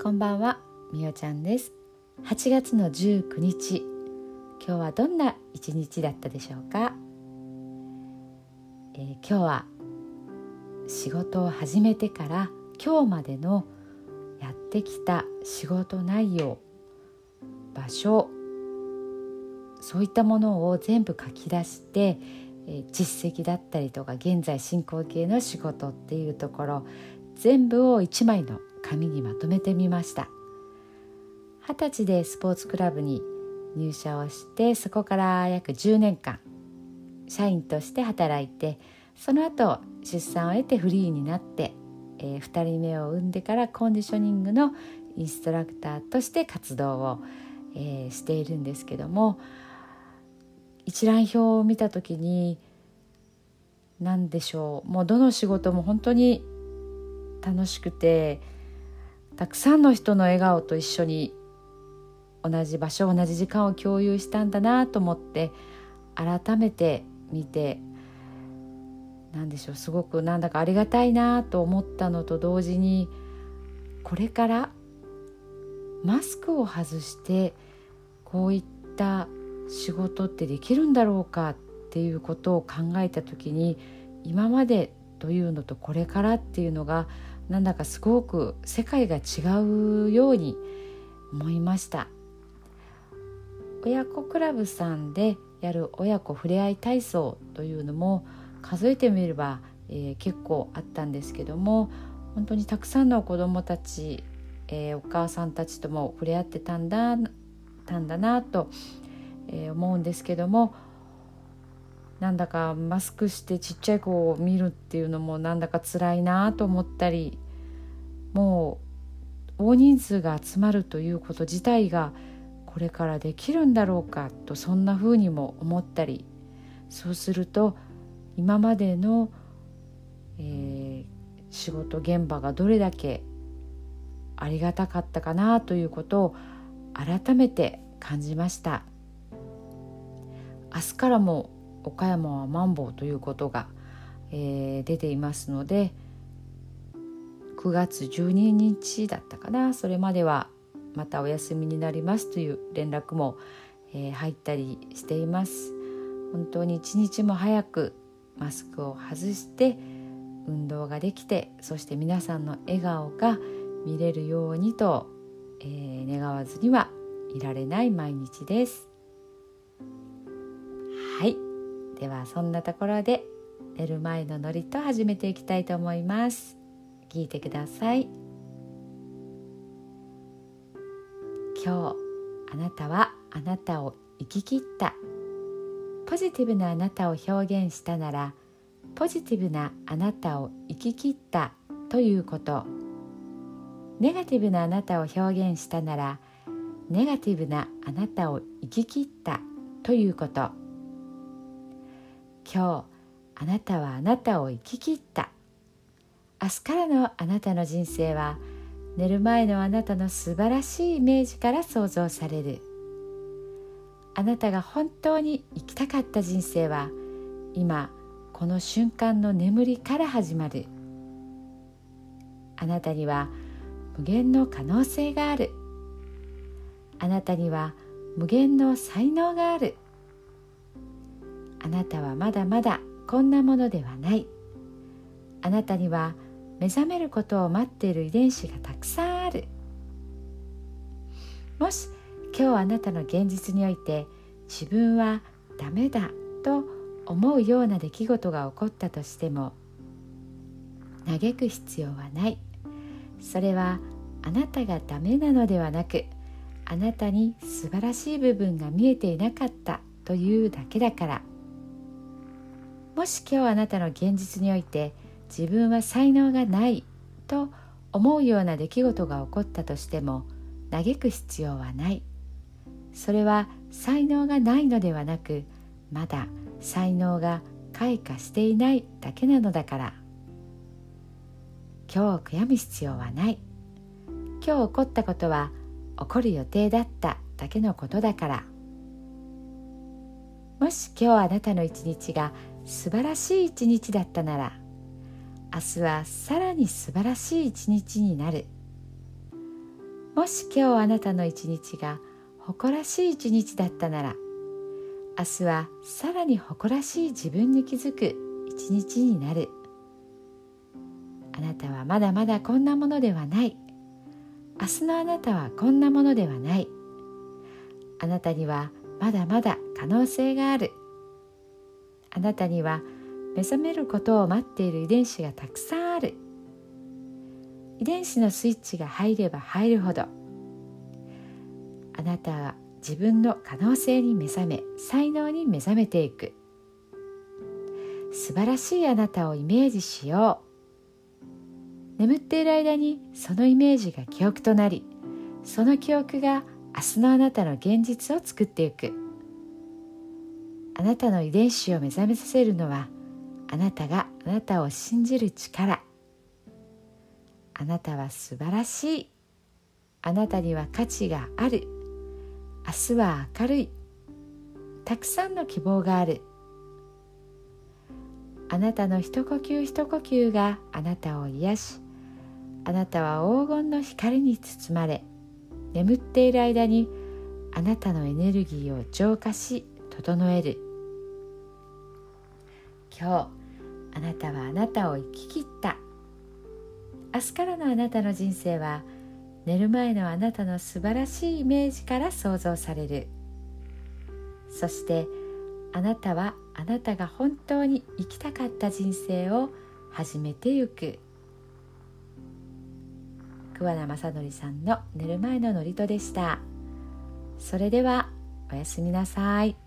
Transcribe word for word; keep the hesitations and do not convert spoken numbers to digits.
こんばんは、みおちゃんです。はちがつのじゅうくにち、今日はどんな一日だったでしょうか。えー、今日は仕事を始めてから今日までのやってきた仕事内容、場所、そういったものを全部書き出して、えー、実績だったりとか現在進行形の仕事っていうところ全部をいちまいの紙にまとめてみました。はたちでスポーツクラブに入社をして、そこから約じゅうねんかん社員として働いて、その後出産を得てフリーになって、えー、ふたりめを産んでからコンディショニングのインストラクターとして活動を、えー、しているんですけども、一覧表を見た時に何でしょう、もうどの仕事も本当に楽しくて、たくさんの人の笑顔と一緒に同じ場所同じ時間を共有したんだなと思って改めて見て、なんでしょう、すごくなんだかありがたいなと思ったのと同時に、これからマスクを外してこういった仕事ってできるんだろうかっていうことを考えた時に、今までというのとこれからっていうのがなんだかすごく世界が違うように思いました。親子クラブさんでやる親子ふれあい体操というのも数えてみれば、えー、結構あったんですけども、本当にたくさんの子どもたち、えー、お母さんたちとも触れ合ってたんだたんだなと、えー、思うんですけども、なんだかマスクしてちっちゃい子を見るっていうのもなんだか辛いなと思ったり、もう大人数が集まるということ自体がこれからできるんだろうかと、そんな風にも思ったり、そうすると今までの、えー、仕事現場がどれだけありがたかったかなということを改めて感じました。明日からも岡山はマンボウということが、えー、出ていますので、くがつじゅうににちだったかな、それまではまたお休みになりますという連絡も、えー、入ったりしています。本当に一日も早くマスクを外して運動ができて、そして皆さんの笑顔が見れるようにと、えー、願わずにはいられない毎日です。はい、ではそんなところで寝る前のノリと始めていきたいと思います。聞いてください。今日あなたはあなたを生き切った。ポジティブなあなたを表現したなら、ポジティブなあなたを生き切ったということ。ネガティブなあなたを表現したなら、ネガティブなあなたを生き切ったということ。今日あなたはあなたを生き切った。明日からのあなたの人生は寝る前のあなたの素晴らしいイメージから想像される。あなたが本当に生きたかった人生は今この瞬間の眠りから始まる。あなたには無限の可能性がある。あなたには無限の才能がある。あなたはまだまだこんなものではない。あなたには目覚めることを待っている遺伝子がたくさんある。もし今日あなたの現実において自分はダメだと思うような出来事が起こったとしても、嘆く必要はない。それはあなたがダメなのではなく、あなたに素晴らしい部分が見えていなかったというだけだから。もし今日あなたの現実において自分は才能がないと思うような出来事が起こったとしても、嘆く必要はない。それは才能がないのではなく、まだ才能が開花していないだけなのだから。今日悔やむ必要はない。今日起こったことは起こる予定だっただけのことだから。もし今日あなたの一日が素晴らしい一日だったなら、明日はさらに素晴らしい一日になる。 もし今日あなたの一日が誇らしい一日だったなら、明日はさらに誇らしい自分に気づく一日になる。あなたはまだまだこんなものではない。明日のあなたはこんなものではない。あなたにはまだまだ可能性がある。あなたには目覚めることを待っている遺伝子がたくさんある。遺伝子のスイッチが入れば入るほど、あなたは自分の可能性に目覚め、才能に目覚めていく。素晴らしいあなたをイメージしよう。眠っている間にそのイメージが記憶となり、その記憶が明日のあなたの現実を作っていく。あなたの遺伝子を目覚めさせるのは、あなたがあなたを信じる力。あなたは素晴らしい。あなたには価値がある。明日は明るい。たくさんの希望がある。あなたの一呼吸一呼吸があなたを癒し、あなたは黄金の光に包まれ、眠っている間にあなたのエネルギーを浄化し整える。今日あなたはあなたを生き切った。明日からのあなたの人生は、寝る前のあなたの素晴らしいイメージから想像される。そしてあなたはあなたが本当に生きたかった人生を始めてゆく。桑名正則さんの寝る前の祝詞でした。それではおやすみなさい。